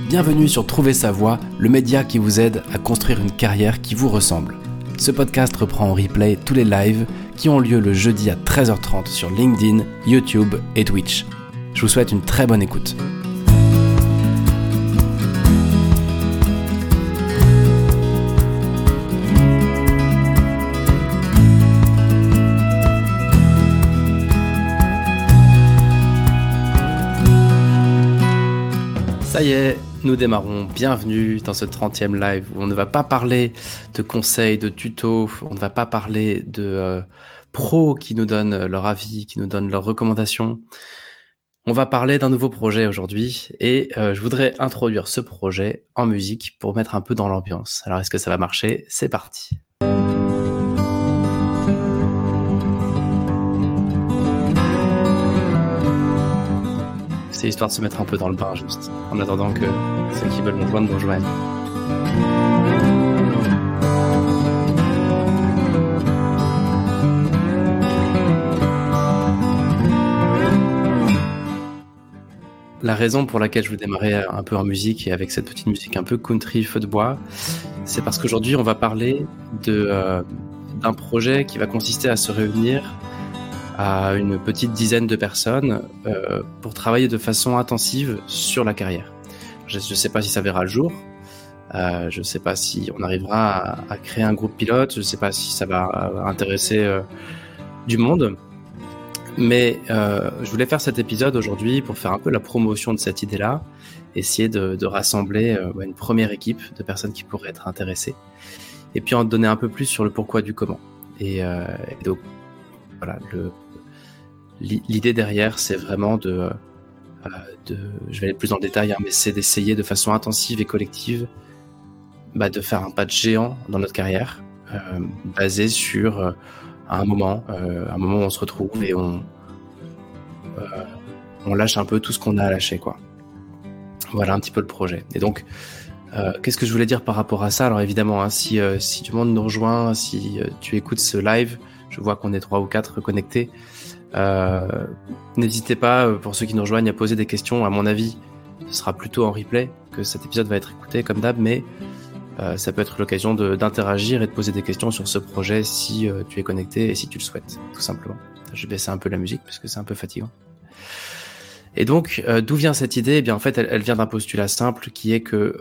Bienvenue sur Trouver sa voie, le média qui vous aide à construire une carrière qui vous ressemble. Ce podcast reprend en replay tous les lives qui ont lieu le jeudi à 13h30 sur LinkedIn, YouTube et Twitch. Je vous souhaite une très bonne écoute. Ça y est, nous démarrons. Bienvenue dans ce 30e live où on ne va pas parler de conseils, de tutos, on ne va pas parler de pros qui nous donnent leur avis, qui nous donnent leurs recommandations. On va parler d'un nouveau projet aujourd'hui et je voudrais introduire ce projet en musique pour mettre un peu dans l'ambiance. Alors est-ce que ça va marcher ? C'est parti. C'est histoire de se mettre un peu dans le bain, juste, en attendant que ceux qui veulent nous joindre nous rejoignent. La raison pour laquelle je veux démarrer un peu en musique et avec cette petite musique un peu country, feu de bois, c'est parce qu'aujourd'hui on va parler d'un projet qui va consister à se réunir à une petite dizaine de personnes pour travailler de façon intensive sur la carrière. Je ne sais pas si ça verra le jour, je ne sais pas si on arrivera à créer un groupe pilote, je ne sais pas si ça va intéresser du monde, mais je voulais faire cet épisode aujourd'hui pour faire un peu la promotion de cette idée-là, essayer de rassembler une première équipe de personnes qui pourraient être intéressées, et puis en donner un peu plus sur le pourquoi du comment. Et donc, voilà, l'idée derrière, c'est vraiment je vais aller plus dans le détail, mais c'est d'essayer de façon intensive et collective de faire un pas de géant dans notre carrière, basé sur un moment où on se retrouve et on lâche un peu tout ce qu'on a à lâcher, quoi. Voilà un petit peu le projet. Et donc, qu'est-ce que je voulais dire par rapport à ça ? Alors évidemment, si tout le monde nous rejoint, si tu écoutes ce live, je vois qu'on est 3 ou 4 connectés. N'hésitez pas, pour ceux qui nous rejoignent, à poser des questions. À mon avis, ce sera plutôt en replay que cet épisode va être écouté comme d'hab, mais ça peut être l'occasion d'interagir et de poser des questions sur ce projet si tu es connecté et si tu le souhaites, tout simplement. Je vais baisser un peu la musique parce que c'est un peu fatigant. Et donc, d'où vient cette idée ? Eh bien, en fait, elle vient d'un postulat simple qui est que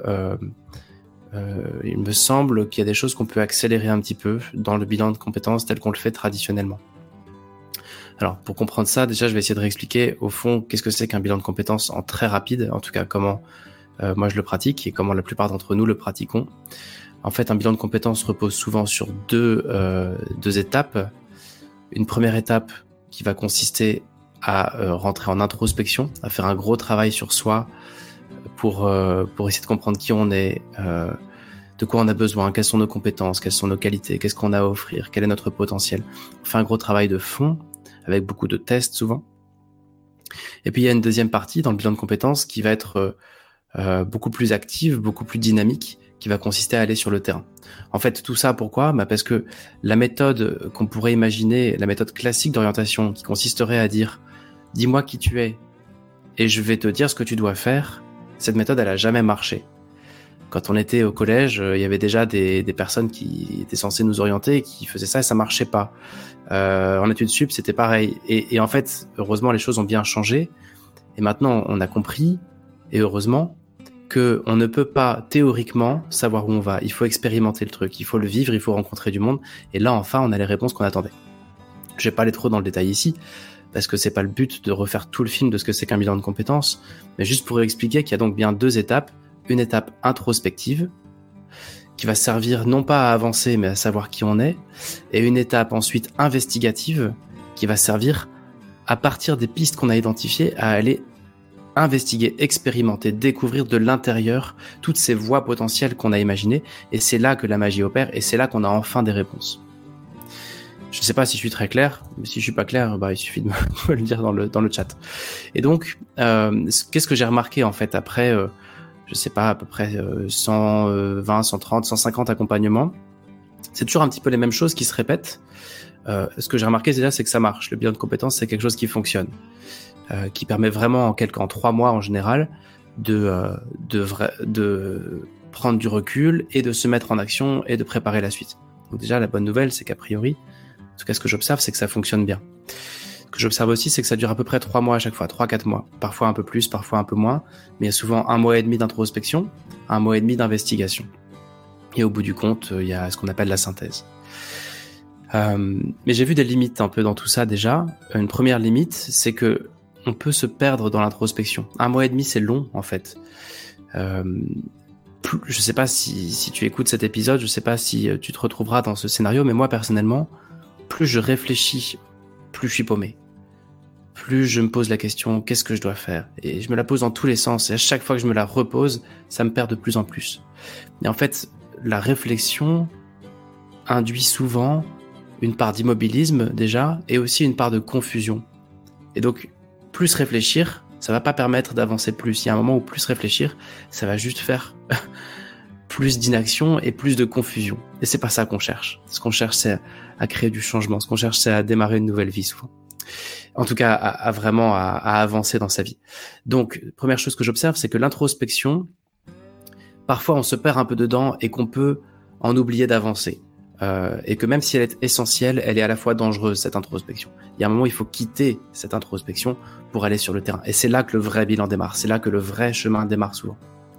il me semble qu'il y a des choses qu'on peut accélérer un petit peu dans le bilan de compétences tel qu'on le fait traditionnellement. Alors, pour comprendre ça, déjà, je vais essayer de réexpliquer au fond qu'est-ce que c'est qu'un bilan de compétences en très rapide, en tout cas comment moi je le pratique et comment la plupart d'entre nous le pratiquons. En fait, un bilan de compétences repose souvent sur deux étapes. Une première étape qui va consister à rentrer en introspection, à faire un gros travail sur soi pour essayer de comprendre qui on est, de quoi on a besoin, quelles sont nos compétences, quelles sont nos qualités, qu'est-ce qu'on a à offrir, quel est notre potentiel. On fait un gros travail de fond, avec beaucoup de tests souvent. Et puis il y a une deuxième partie dans le bilan de compétences qui va être beaucoup plus active, beaucoup plus dynamique, qui va consister à aller sur le terrain. En fait, tout ça, pourquoi ? Parce que la méthode qu'on pourrait imaginer, la méthode classique d'orientation qui consisterait à dire « dis-moi qui tu es et je vais te dire ce que tu dois faire », cette méthode, elle a jamais marché. Quand on était au collège, il y avait déjà des personnes qui étaient censées nous orienter et qui faisaient ça et ça marchait pas. En études sup, c'était pareil. Et en fait, heureusement, les choses ont bien changé. Et maintenant, on a compris, et heureusement, que on ne peut pas théoriquement savoir où on va. Il faut expérimenter le truc, il faut le vivre, il faut rencontrer du monde. Et là, enfin, on a les réponses qu'on attendait. Je vais pas aller trop dans le détail ici, parce que c'est pas le but de refaire tout le film de ce que c'est qu'un bilan de compétences, mais juste pour expliquer qu'il y a donc bien deux étapes. Une étape introspective, qui va servir non pas à avancer, mais à savoir qui on est, et une étape ensuite investigative, qui va servir, à partir des pistes qu'on a identifiées, à aller investiguer, expérimenter, découvrir de l'intérieur toutes ces voies potentielles qu'on a imaginées, et c'est là que la magie opère, et c'est là qu'on a enfin des réponses. Je ne sais pas si je suis très clair, mais si je suis pas clair, il suffit de me le dire dans le chat. Et donc, qu'est-ce que j'ai remarqué en fait après je sais pas, à peu près 120, 130, 150 accompagnements. C'est toujours un petit peu les mêmes choses qui se répètent. Ce que j'ai remarqué déjà, c'est que ça marche. Le bilan de compétences, c'est quelque chose qui fonctionne, qui permet vraiment en 3 mois en général, de prendre du recul et de se mettre en action et de préparer la suite. Donc déjà, la bonne nouvelle, c'est qu'a priori, en tout cas ce que j'observe, c'est que ça fonctionne bien. Ce que j'observe aussi, c'est que ça dure à peu près 3 mois à chaque fois, 3-4 mois. Parfois un peu plus, parfois un peu moins, mais il y a souvent 1 mois et demi d'introspection, 1 mois et demi d'investigation. Et au bout du compte, il y a ce qu'on appelle la synthèse. Mais j'ai vu des limites un peu dans tout ça déjà. Une première limite, c'est que on peut se perdre dans l'introspection. 1 mois et demi, c'est long en fait. Je sais pas si tu écoutes cet épisode, je sais pas si tu te retrouveras dans ce scénario, mais moi personnellement, plus je réfléchis, plus je suis paumé. Plus je me pose la question, qu'est-ce que je dois faire? Et je me la pose dans tous les sens, et à chaque fois que je me la repose, ça me perd de plus en plus. Et en fait, la réflexion induit souvent une part d'immobilisme déjà, et aussi une part de confusion. Et donc, plus réfléchir, ça va pas permettre d'avancer plus. Il y a un moment où plus réfléchir, ça va juste faire plus d'inaction et plus de confusion. Et c'est pas ça qu'on cherche. Ce qu'on cherche, c'est à créer du changement. Ce qu'on cherche, c'est à démarrer une nouvelle vie souvent. En tout cas, à vraiment avancer dans sa vie. Donc, première chose que j'observe, c'est que l'introspection, parfois on se perd un peu dedans et qu'on peut en oublier d'avancer. Et que même si elle est essentielle, elle est à la fois dangereuse, cette introspection. Il y a un moment où il faut quitter cette introspection pour aller sur le terrain. Et c'est là que le vrai bilan démarre. C'est là que le vrai chemin démarre souvent.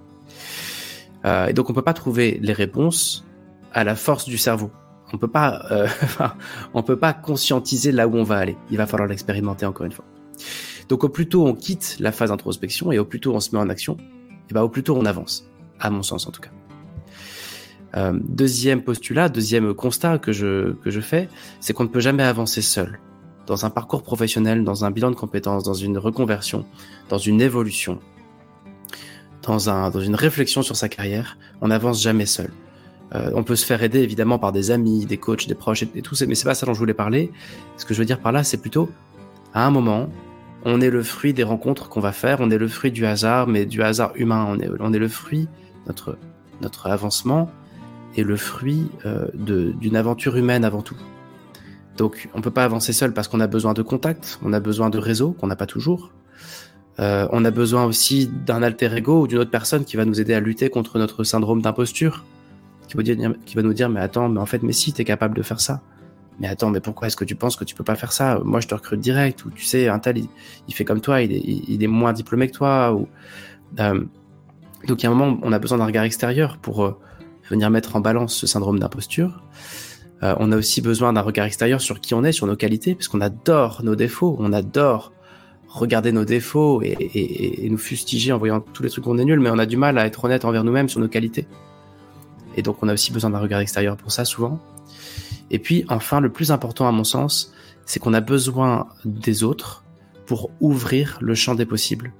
Et donc on peut pas trouver les réponses à la force du cerveau. On peut pas conscientiser là où on va aller. Il va falloir l'expérimenter encore une fois. Donc au plus tôt on quitte la phase d'introspection et au plus tôt on se met en action, et au plus tôt on avance. À mon sens en tout cas. Deuxième postulat, deuxième constat que je fais, c'est qu'on ne peut jamais avancer seul. Dans un parcours professionnel, dans un bilan de compétences, dans une reconversion, dans une évolution, dans une réflexion sur sa carrière, on n'avance jamais seul. On peut se faire aider évidemment par des amis, des coachs, des proches et tout, mais c'est pas ça dont je voulais parler. Ce que je veux dire par là, c'est plutôt, à un moment, on est le fruit des rencontres qu'on va faire, on est le fruit du hasard, mais du hasard humain. On est le fruit, notre avancement est le fruit d'une aventure humaine avant tout. Donc on peut pas avancer seul parce qu'on a besoin de contacts, on a besoin de réseaux qu'on n'a pas toujours. On a besoin aussi d'un alter ego ou d'une autre personne qui va nous aider à lutter contre notre syndrome d'imposture, qui va nous dire mais attends, mais en fait, mais si, t'es capable de faire ça. Mais attends, mais pourquoi est-ce que tu penses que tu peux pas faire ça? Moi, je te recrute direct. Ou tu sais, un tel, il fait comme toi, il est moins diplômé que toi. Donc, il y a un moment, on a besoin d'un regard extérieur pour venir mettre en balance ce syndrome d'imposture. On a aussi besoin d'un regard extérieur sur qui on est, sur nos qualités, parce qu'on adore nos défauts. On adore regarder nos défauts et nous fustiger en voyant tous les trucs qu'on est nuls, mais on a du mal à être honnête envers nous-mêmes sur nos qualités. Et donc, on a aussi besoin d'un regard extérieur pour ça, souvent. Et puis, enfin, le plus important, à mon sens, c'est qu'on a besoin des autres pour ouvrir le champ des possibles.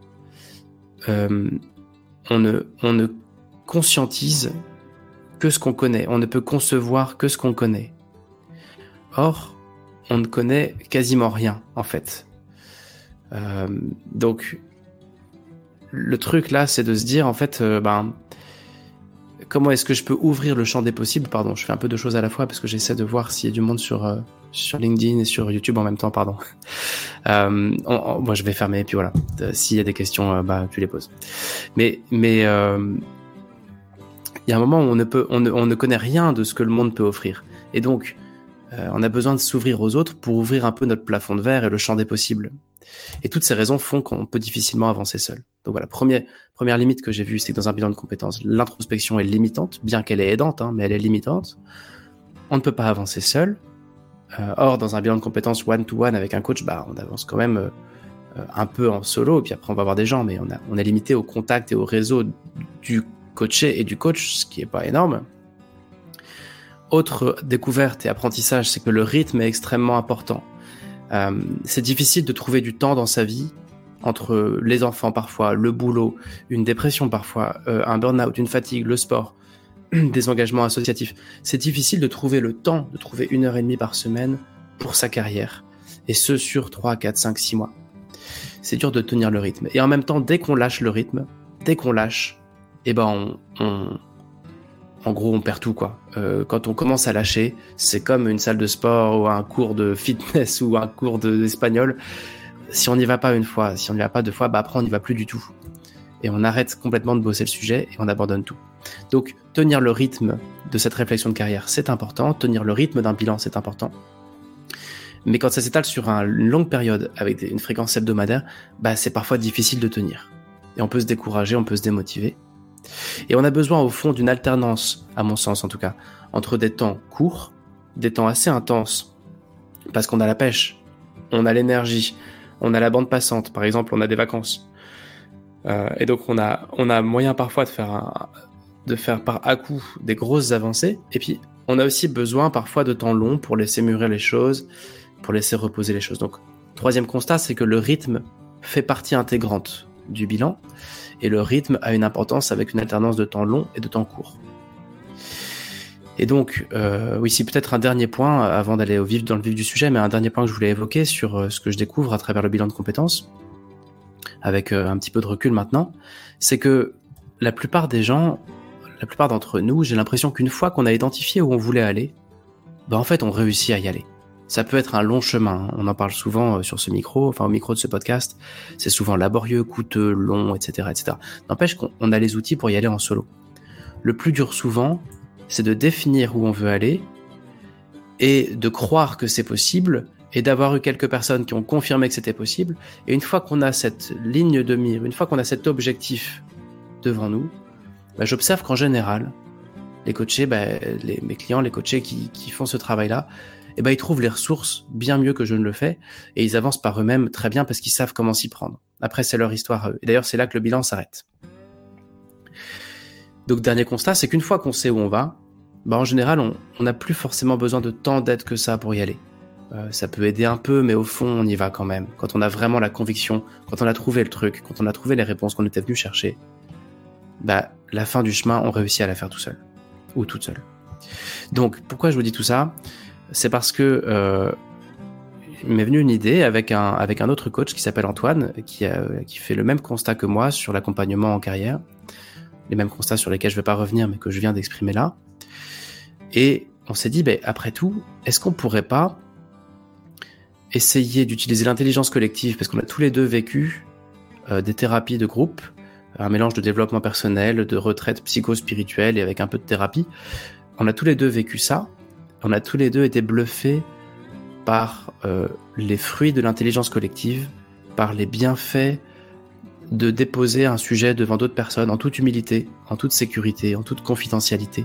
On ne conscientise que ce qu'on connaît. On ne peut concevoir que ce qu'on connaît. Or, on ne connaît quasiment rien, en fait. Donc, le truc, là, c'est de se dire, en fait, comment est-ce que je peux ouvrir le champ des possibles? Pardon, je fais un peu de choses à la fois parce que j'essaie de voir s'il y a du monde sur LinkedIn et sur YouTube en même temps, pardon. Moi, je vais fermer et puis voilà. S'il y a des questions, tu les poses. Mais il y a un moment où on ne connaît rien de ce que le monde peut offrir. Et donc, on a besoin de s'ouvrir aux autres pour ouvrir un peu notre plafond de verre et le champ des possibles. Et toutes ces raisons font qu'on peut difficilement avancer seul. Donc voilà, première limite que j'ai vue, c'est que dans un bilan de compétences, l'introspection est limitante, bien qu'elle est aidante, mais elle est limitante. On ne peut pas avancer seul. Or, dans un bilan de compétences one-to-one avec un coach, on avance quand même un peu en solo, et puis après on va voir des gens, mais on est limité au contact et au réseau du coaché et du coach, ce qui est pas énorme. Autre découverte et apprentissage, c'est que le rythme est extrêmement important. C'est difficile de trouver du temps dans sa vie, entre les enfants parfois, le boulot, une dépression parfois, un burn-out, une fatigue, le sport, des engagements associatifs. C'est difficile de trouver le temps, de trouver 1h30 par semaine pour sa carrière, et ce sur 3, 4, 5, 6 mois. C'est dur de tenir le rythme. Et en même temps, dès qu'on lâche le rythme, en gros, on perd tout, quoi. Quand on commence à lâcher, c'est comme une salle de sport ou un cours de fitness ou un cours d'espagnol. Si on n'y va pas une fois, si on n'y va pas deux fois, après on n'y va plus du tout. et on arrête complètement de bosser le sujet et on abandonne tout. Donc, tenir le rythme de cette réflexion de carrière, c'est important. Tenir le rythme d'un bilan, c'est important. Mais quand ça s'étale sur une longue période avec une fréquence hebdomadaire, c'est parfois difficile de tenir. Et on peut se décourager, on peut se démotiver. Et on a besoin au fond d'une alternance, à mon sens en tout cas, entre des temps courts, des temps assez intenses, parce qu'on a la pêche, on a l'énergie, on a la bande passante, par exemple, on a des vacances. Et donc on a moyen parfois de faire par à-coup des grosses avancées. Et puis on a aussi besoin parfois de temps long pour laisser mûrir les choses, pour laisser reposer les choses. Donc, troisième constat, c'est que le rythme fait partie intégrante du bilan et le rythme a une importance avec une alternance de temps long et de temps court. Et donc, oui, c'est peut-être un dernier point avant d'aller dans le vif du sujet, mais un dernier point que je voulais évoquer sur ce que je découvre à travers le bilan de compétences, avec un petit peu de recul maintenant, c'est que la plupart d'entre nous, j'ai l'impression qu'une fois qu'on a identifié où on voulait aller, en fait, on réussit à y aller. Ça peut être un long chemin, on en parle souvent sur ce micro, enfin au micro de ce podcast, c'est souvent laborieux, coûteux, long, etc., etc. N'empêche qu'on a les outils pour y aller en solo. Le plus dur souvent, c'est de définir où on veut aller et de croire que c'est possible et d'avoir eu quelques personnes qui ont confirmé que c'était possible. Et une fois qu'on a cette ligne de mire, une fois qu'on a cet objectif devant nous, j'observe qu'en général, les coachés, mes clients, les coachés qui font ce travail-là, ils trouvent les ressources bien mieux que je ne le fais et ils avancent par eux-mêmes très bien parce qu'ils savent comment s'y prendre. Après, c'est leur histoire à eux. Et d'ailleurs, c'est là que le bilan s'arrête. Donc, dernier constat, c'est qu'une fois qu'on sait où on va, en général, on n'a plus forcément besoin de tant d'aide que ça pour y aller. Ça peut aider un peu, mais au fond, on y va quand même. Quand on a vraiment la conviction, quand on a trouvé le truc, quand on a trouvé les réponses qu'on était venu chercher, la fin du chemin, on réussit à la faire tout seul. Ou toute seule. Donc, pourquoi je vous dis tout ça ? C'est parce que il m'est venu une idée avec un autre coach qui s'appelle Antoine, qui fait le même constat que moi sur l'accompagnement en carrière, les mêmes constats sur lesquels je ne vais pas revenir, mais que je viens d'exprimer là. Et on s'est dit, après tout, est-ce qu'on pourrait pas essayer d'utiliser l'intelligence collective, parce qu'on a tous les deux vécu des thérapies de groupe, un mélange de développement personnel, de retraite psycho-spirituelle et avec un peu de thérapie. On a tous les deux vécu ça. On a tous les deux été bluffés par les fruits de l'intelligence collective, par les bienfaits de déposer un sujet devant d'autres personnes en toute humilité, en toute sécurité, en toute confidentialité.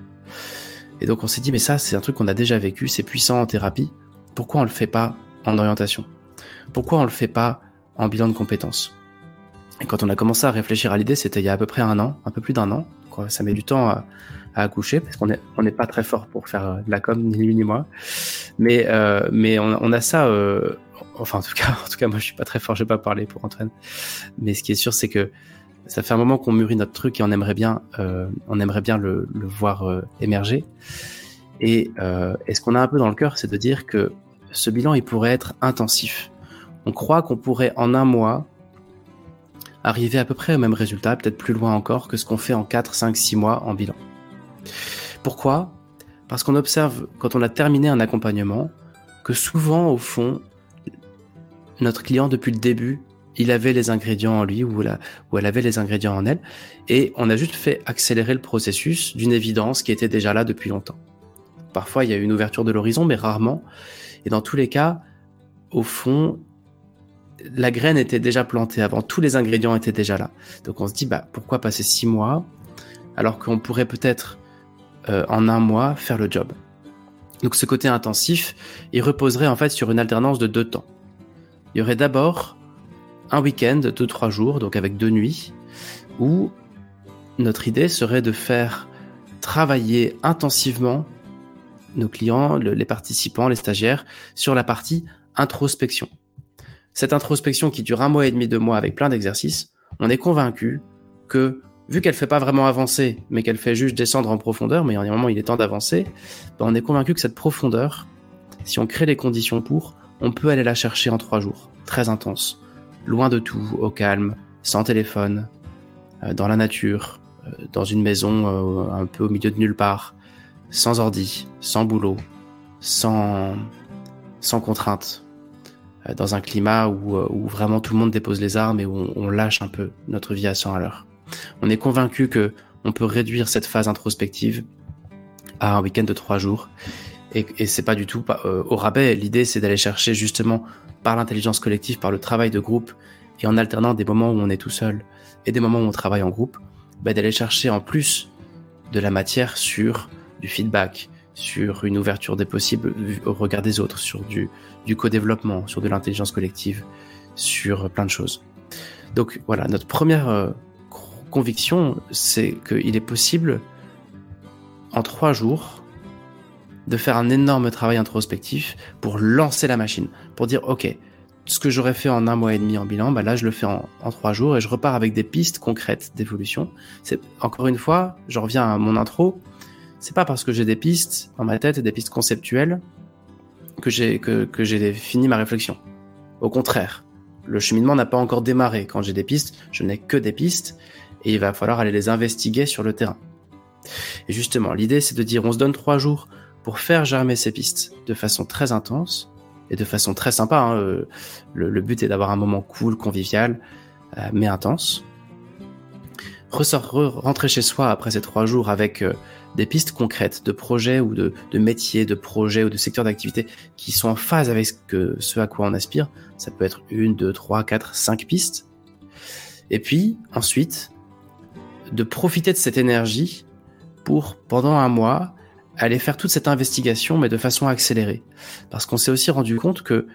Et donc on s'est dit, mais ça c'est un truc qu'on a déjà vécu, c'est puissant en thérapie, pourquoi on le fait pas en orientation ? Pourquoi on le fait pas en bilan de compétences ? Et quand on a commencé à réfléchir à l'idée, c'était il y a à peu près un an, un peu plus d'un an, quoi. Ça met du temps à accoucher, parce qu'on n'est pas très fort pour faire de la com, ni lui ni moi. Mais on a ça, enfin en tout cas moi je suis pas très fort, je vais pas parler pour Antoine. Mais ce qui est sûr, c'est que ça fait un moment qu'on mûrit notre truc et on aimerait bien le voir émerger. Et ce qu'on a un peu dans le cœur, c'est de dire que ce bilan, il pourrait être intensif. On croit qu'on pourrait en un mois arriver à peu près au même résultat, peut-être plus loin encore que ce qu'on fait en 4, 5, 6 mois en bilan. Pourquoi ? Parce qu'on observe, quand on a terminé un accompagnement, que souvent, au fond, notre client, depuis le début, il avait les ingrédients en lui ou elle avait les ingrédients en elle, et on a juste fait accélérer le processus d'une évidence qui était déjà là depuis longtemps. Parfois, il y a une ouverture de l'horizon, mais rarement. Et dans tous les cas, au fond, la graine était déjà plantée avant, tous les ingrédients étaient déjà là. Donc on se dit, pourquoi passer 6 mois alors qu'on pourrait peut-être en un mois faire le job. Donc ce côté intensif, il reposerait en fait sur une alternance de 2 temps. Il y aurait d'abord un week-end de 2-3 jours, donc avec 2 nuits, où notre idée serait de faire travailler intensivement nos clients, les participants, les stagiaires, sur la partie introspection. Cette introspection qui dure 1 mois et demi, 2 mois avec plein d'exercices, on est convaincu que, vu qu'elle ne fait pas vraiment avancer, mais qu'elle fait juste descendre en profondeur, mais à un moment il est temps d'avancer, on est convaincu que cette profondeur, si on crée les conditions pour, on peut aller la chercher en 3 jours, très intense, loin de tout, au calme, sans téléphone, dans la nature, dans une maison un peu au milieu de nulle part, sans ordi, sans boulot, sans contrainte, dans un climat où vraiment tout le monde dépose les armes et où on lâche un peu notre vie à 100 à l'heure. On est convaincu que on peut réduire cette phase introspective à un week-end de 3 jours. Et c'est pas du tout au rabais. L'idée, c'est d'aller chercher justement par l'intelligence collective, par le travail de groupe, et en alternant des moments où on est tout seul et des moments où on travaille en groupe, d'aller chercher en plus de la matière sur du feedback, sur une ouverture des possibles au regard des autres, sur du co-développement, sur de l'intelligence collective, sur plein de choses. Donc voilà, notre première conviction, c'est qu'il est possible en 3 jours de faire un énorme travail introspectif pour lancer la machine, pour dire ok, ce que j'aurais fait en 1 mois et demi en bilan, là je le fais en 3 jours et je repars avec des pistes concrètes d'évolution. C'est, encore une fois, je reviens à mon intro, c'est pas parce que j'ai des pistes dans ma tête et des pistes conceptuelles que j'ai fini ma réflexion. Au contraire, le cheminement n'a pas encore démarré. Quand j'ai des pistes, je n'ai que des pistes et il va falloir aller les investiguer sur le terrain. Et justement, l'idée c'est de dire on se donne 3 jours pour faire germer ces pistes de façon très intense et de façon très sympa. Hein. Le but est d'avoir un moment cool, convivial, mais intense. Rentrer chez soi après ces 3 jours avec des pistes concrètes de projets ou de métiers, de projets ou de secteurs d'activité qui sont en phase avec ce à quoi on aspire. Ça peut être 1, 2, 3, 4, 5 pistes. Et puis, ensuite, de profiter de cette énergie pour, pendant 1 mois, aller faire toute cette investigation, mais de façon accélérée. Parce qu'on s'est aussi rendu compte que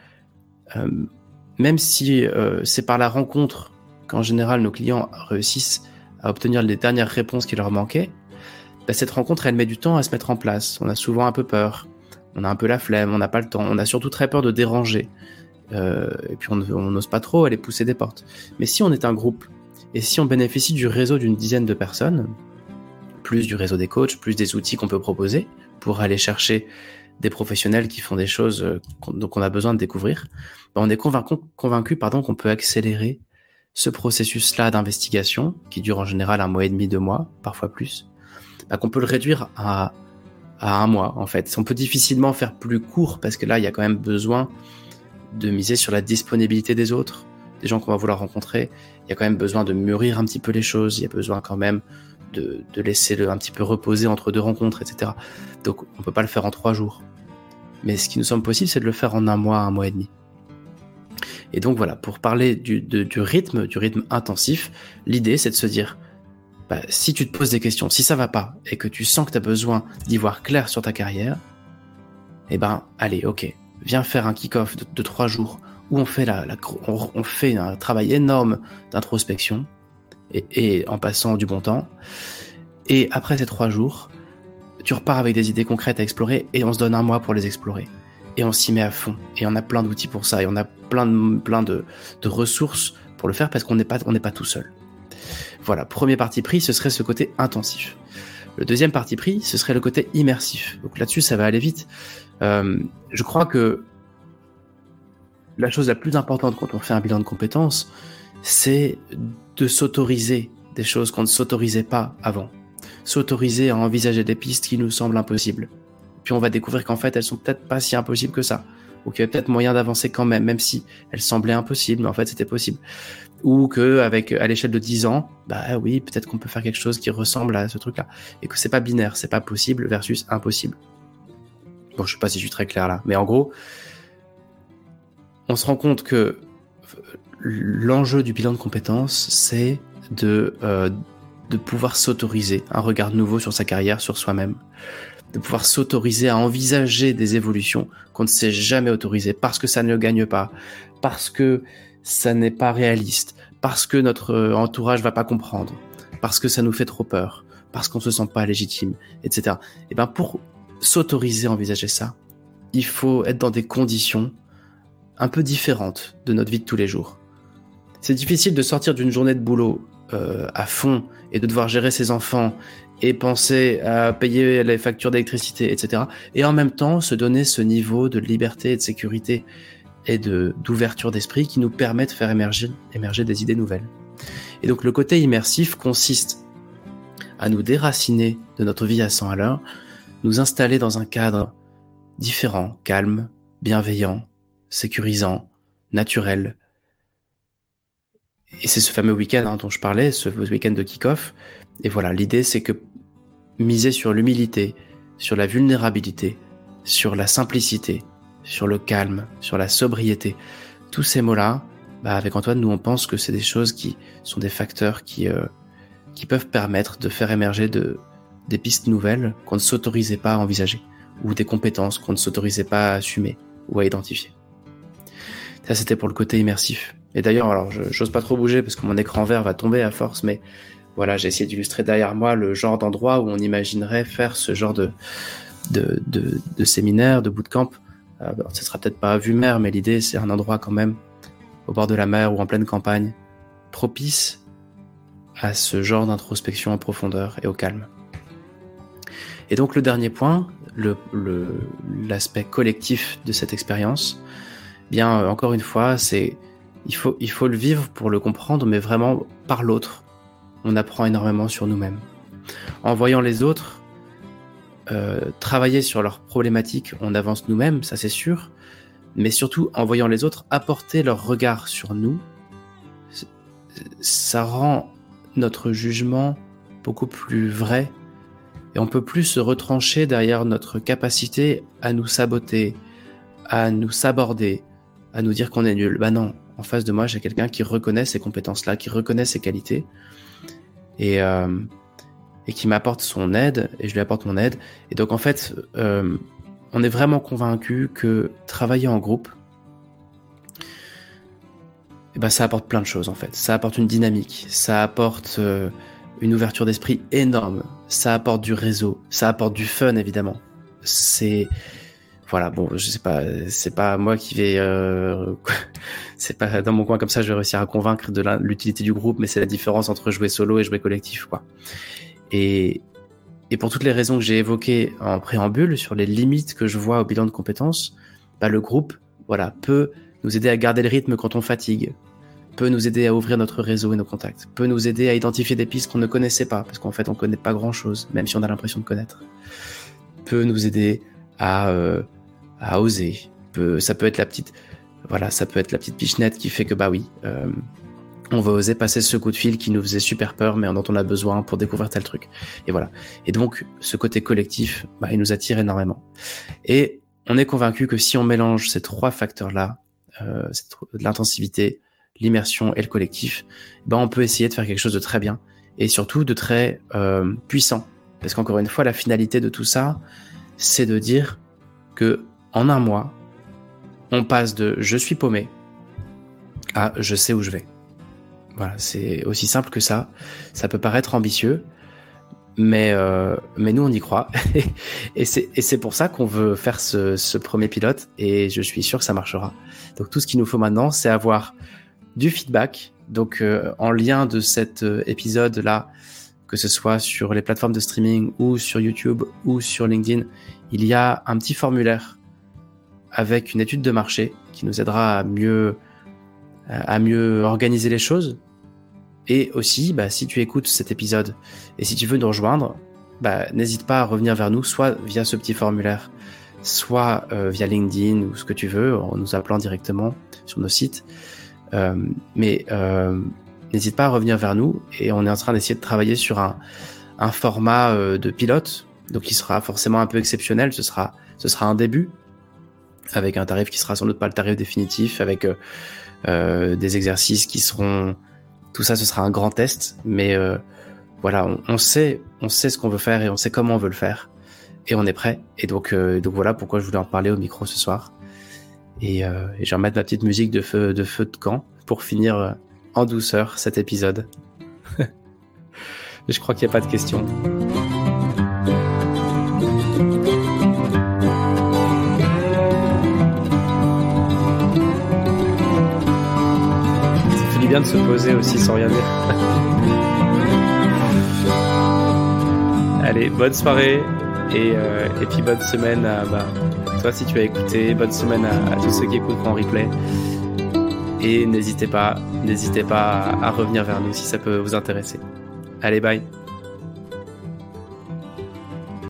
même si c'est par la rencontre qu'en général nos clients réussissent à obtenir les dernières réponses qui leur manquaient, cette rencontre, elle met du temps à se mettre en place. On a souvent un peu peur, on a un peu la flemme, on n'a pas le temps, on a surtout très peur de déranger. Et puis on n'ose pas trop aller pousser des portes. Mais si on est un groupe, et si on bénéficie du réseau d'une dizaine de personnes, plus du réseau des coachs, plus des outils qu'on peut proposer pour aller chercher des professionnels qui font des choses dont on a besoin de découvrir, on est convaincu qu'on peut accélérer ce processus-là d'investigation, qui dure en général 1 mois et demi, 2 mois, parfois plus, qu'on peut le réduire à 1 mois, en fait. On peut difficilement faire plus court, parce que là, il y a quand même besoin de miser sur la disponibilité des autres, des gens qu'on va vouloir rencontrer. Il y a quand même besoin de mûrir un petit peu les choses, il y a besoin quand même de laisser un petit peu reposer entre 2 rencontres, etc. Donc on peut pas le faire en 3 jours. Mais ce qui nous semble possible, c'est de le faire en 1 mois, 1 mois et demi. Et donc voilà, pour parler du rythme intensif, l'idée c'est de se dire, si tu te poses des questions, si ça va pas, et que tu sens que tu as besoin d'y voir clair sur ta carrière, allez, ok, viens faire un kick-off de 3 jours, où on fait on fait un travail énorme d'introspection, et en passant du bon temps. Et après ces 3 jours, tu repars avec des idées concrètes à explorer et on se donne 1 mois pour les explorer. Et on s'y met à fond. Et on a plein d'outils pour ça. Et on a plein de ressources pour le faire parce qu'on n'est pas tout seul. Voilà, premier parti pris, ce serait ce côté intensif. Le deuxième parti pris, ce serait le côté immersif. Donc là-dessus, ça va aller vite. Je crois que la chose la plus importante quand on fait un bilan de compétences, c'est de s'autoriser des choses qu'on ne s'autorisait pas avant. S'autoriser à envisager des pistes qui nous semblent impossibles. Puis on va découvrir qu'en fait, elles sont peut-être pas si impossibles que ça. Ou qu'il y a peut-être moyen d'avancer quand même, même si elles semblaient impossibles, mais en fait, c'était possible. Ou que, à l'échelle de 10 ans, oui, peut-être qu'on peut faire quelque chose qui ressemble à ce truc-là. Et que c'est pas binaire, c'est pas possible versus impossible. Bon, je sais pas si je suis très clair là, mais en gros, on se rend compte que l'enjeu du bilan de compétences, c'est de pouvoir s'autoriser un regard nouveau sur sa carrière, sur soi-même, de pouvoir s'autoriser à envisager des évolutions qu'on ne s'est jamais autorisées parce que ça ne gagne pas, parce que ça n'est pas réaliste, parce que notre entourage va pas comprendre, parce que ça nous fait trop peur, parce qu'on se sent pas légitime, etc. Et pour s'autoriser à envisager ça, il faut être dans des conditions un peu différentes de notre vie de tous les jours. C'est difficile de sortir d'une journée de boulot à fond et de devoir gérer ses enfants et penser à payer les factures d'électricité, etc. Et en même temps, se donner ce niveau de liberté et de sécurité et d'ouverture d'esprit qui nous permet de faire émerger des idées nouvelles. Et donc le côté immersif consiste à nous déraciner de notre vie à 100 à l'heure, nous installer dans un cadre différent, calme, bienveillant, sécurisant, naturel. Et c'est ce fameux week-end dont je parlais, ce week-end de kick-off. Et voilà, l'idée c'est que miser sur l'humilité, sur la vulnérabilité, sur la simplicité, sur le calme, sur la sobriété, tous ces mots-là, avec Antoine, nous on pense que c'est des choses qui sont des facteurs qui peuvent permettre de faire émerger des pistes nouvelles qu'on ne s'autorisait pas à envisager, ou des compétences qu'on ne s'autorisait pas à assumer ou à identifier. Ça, c'était pour le côté immersif. Et d'ailleurs, alors, j'ose pas trop bouger parce que mon écran vert va tomber à force, mais voilà, j'ai essayé d'illustrer derrière moi le genre d'endroit où on imaginerait faire ce genre de séminaire, de bootcamp. Ce sera peut-être pas à vue mer, mais l'idée, c'est un endroit quand même au bord de la mer ou en pleine campagne, propice à ce genre d'introspection en profondeur et au calme. Et donc le dernier point, l'aspect collectif de cette expérience, bien encore une fois, il faut le vivre pour le comprendre, mais vraiment par l'autre. On apprend énormément sur nous-mêmes. En voyant les autres travailler sur leurs problématiques, on avance nous-mêmes, ça c'est sûr, mais surtout en voyant les autres apporter leur regard sur nous, ça rend notre jugement beaucoup plus vrai et on peut plus se retrancher derrière notre capacité à nous saboter, à nous saborder, à nous dire qu'on est nul. Bah non, en face de moi j'ai quelqu'un qui reconnaît ces compétences-là, qui reconnaît ces qualités et qui m'apporte son aide et je lui apporte mon aide. Et donc en fait, on est vraiment convaincu que travailler en groupe, ça apporte plein de choses en fait. Ça apporte une dynamique, ça apporte une ouverture d'esprit énorme, ça apporte du réseau, ça apporte du fun évidemment. Voilà, bon, je sais pas, c'est pas moi qui vais, c'est pas dans mon coin comme ça, je vais réussir à convaincre de l'utilité du groupe, mais c'est la différence entre jouer solo et jouer collectif, quoi. Et pour toutes les raisons que j'ai évoquées en préambule, sur les limites que je vois au bilan de compétences, le groupe, voilà, peut nous aider à garder le rythme quand on fatigue, peut nous aider à ouvrir notre réseau et nos contacts, peut nous aider à identifier des pistes qu'on ne connaissait pas, parce qu'en fait on connaît pas grand chose, même si on a l'impression de connaître, peut nous aider à oser, ça peut être la petite pichenette qui fait que on va oser passer ce coup de fil qui nous faisait super peur, mais dont on a besoin pour découvrir tel truc. Et voilà. Et donc, ce côté collectif, il nous attire énormément. Et on est convaincu que si on mélange ces trois facteurs-là, l'intensivité, l'immersion et le collectif, on peut essayer de faire quelque chose de très bien et surtout de très puissant. Parce qu'encore une fois, la finalité de tout ça, c'est de dire que en un mois, on passe de « je suis paumé » à « je sais où je vais ». Voilà, c'est aussi simple que ça. Ça peut paraître ambitieux, mais nous on y croit. et c'est pour ça qu'on veut faire ce premier pilote et je suis sûr que ça marchera. Donc tout ce qu'il nous faut maintenant, c'est avoir du feedback. Donc en lien de cet épisode-là, que ce soit sur les plateformes de streaming ou sur YouTube ou sur LinkedIn, il y a un petit formulaire avec une étude de marché qui nous aidera à mieux organiser les choses. Et aussi, si tu écoutes cet épisode et si tu veux nous rejoindre, n'hésite pas à revenir vers nous, soit via ce petit formulaire, soit via LinkedIn ou ce que tu veux, en nous appelant directement sur nos sites. Mais n'hésite pas à revenir vers nous et on est en train d'essayer de travailler sur un format de pilote, donc qui sera forcément un peu exceptionnel. Ce sera un début avec un tarif qui sera sans doute pas le tarif définitif, avec des exercices qui seront... Tout ça, ce sera un grand test, mais voilà, on sait ce qu'on veut faire et on sait comment on veut le faire et on est prêt. Et donc voilà pourquoi je voulais en parler au micro ce soir. Et je vais remettre ma petite musique de feu de camp pour finir en douceur cet épisode. Je crois qu'il n'y a pas de questions. Bien de se poser aussi sans rien dire. Allez, bonne soirée et puis bonne semaine à toi si tu as écouté, bonne semaine à tous ceux qui écoutent en replay et n'hésitez pas à revenir vers nous si ça peut vous intéresser. Allez, bye.